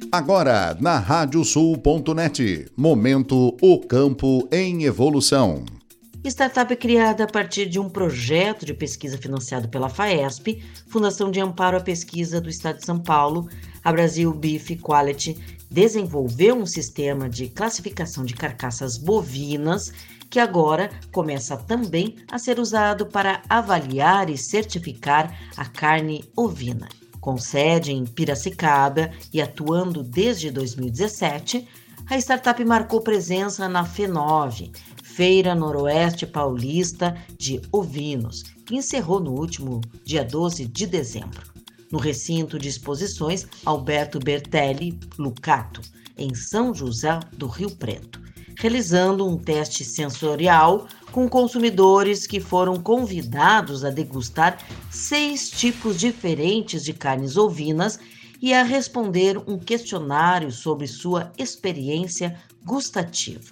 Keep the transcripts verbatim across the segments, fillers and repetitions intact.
Agora, na rádio sul ponto net, momento O Campo em Evolução. Startup criada a partir de um projeto de pesquisa financiado pela FAESP, Fundação de Amparo à Pesquisa do Estado de São Paulo, a Brasil Beef Quality desenvolveu um sistema de classificação de carcaças bovinas que agora começa também a ser usado para avaliar e certificar a carne ovina. Com sede em Piracicaba e atuando desde dois mil e dezessete, a startup marcou presença na FENOV, Feira Noroeste Paulista de Ovinos, que encerrou no último dia doze de dezembro, no recinto de exposições Alberto Bertelli Lucato, em São José do Rio Preto, realizando um teste sensorial com consumidores que foram convidados a degustar seis tipos diferentes de carnes ovinas e a responder um questionário sobre sua experiência gustativa.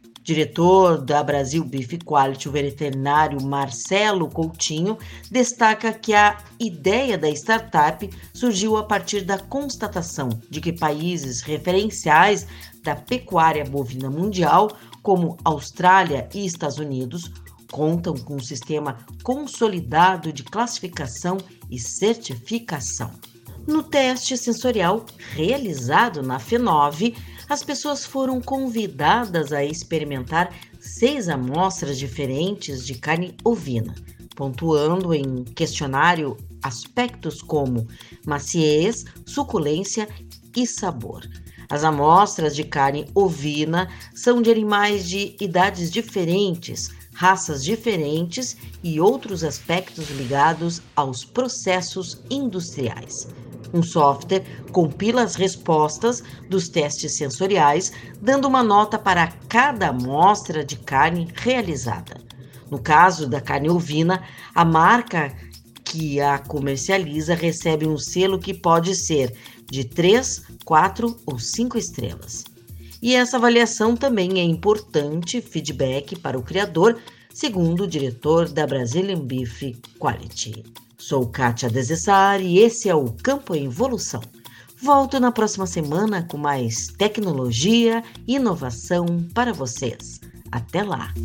Diretor da Brasil Beef Quality, o veterinário Marcelo Coutinho, destaca que a ideia da startup surgiu a partir da constatação de que países referenciais da pecuária bovina mundial, como Austrália e Estados Unidos, contam com um sistema consolidado de classificação e certificação. No teste sensorial realizado na FENOV, as pessoas foram convidadas a experimentar seis amostras diferentes de carne ovina, pontuando em questionário aspectos como maciez, suculência e sabor. As amostras de carne ovina são de animais de idades diferentes, raças diferentes e outros aspectos ligados aos processos industriais. Um software compila as respostas dos testes sensoriais, dando uma nota para cada amostra de carne realizada. No caso da carne ovina, a marca que a comercializa recebe um selo que pode ser de três, quatro ou cinco estrelas. E essa avaliação também é importante feedback para o criador, segundo o diretor da Brazilian Beef Quality. Sou Kátia Desessar e esse é o Campo em Evolução. Volto na próxima semana com mais tecnologia e inovação para vocês. Até lá!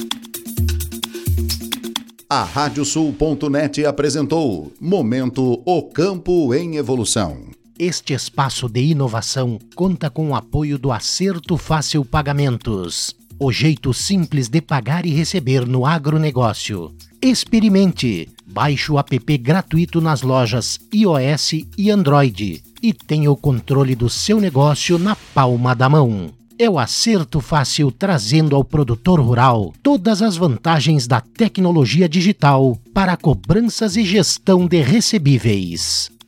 A rádio sul ponto net apresentou Momento O Campo em Evolução. Este espaço de inovação conta com o apoio do Acerto Fácil Pagamentos, o jeito simples de pagar e receber no agronegócio. Experimente! Baixe o app gratuito nas lojas iOS e Android e tenha o controle do seu negócio na palma da mão. É o Acerto Fácil trazendo ao produtor rural todas as vantagens da tecnologia digital para cobranças e gestão de recebíveis.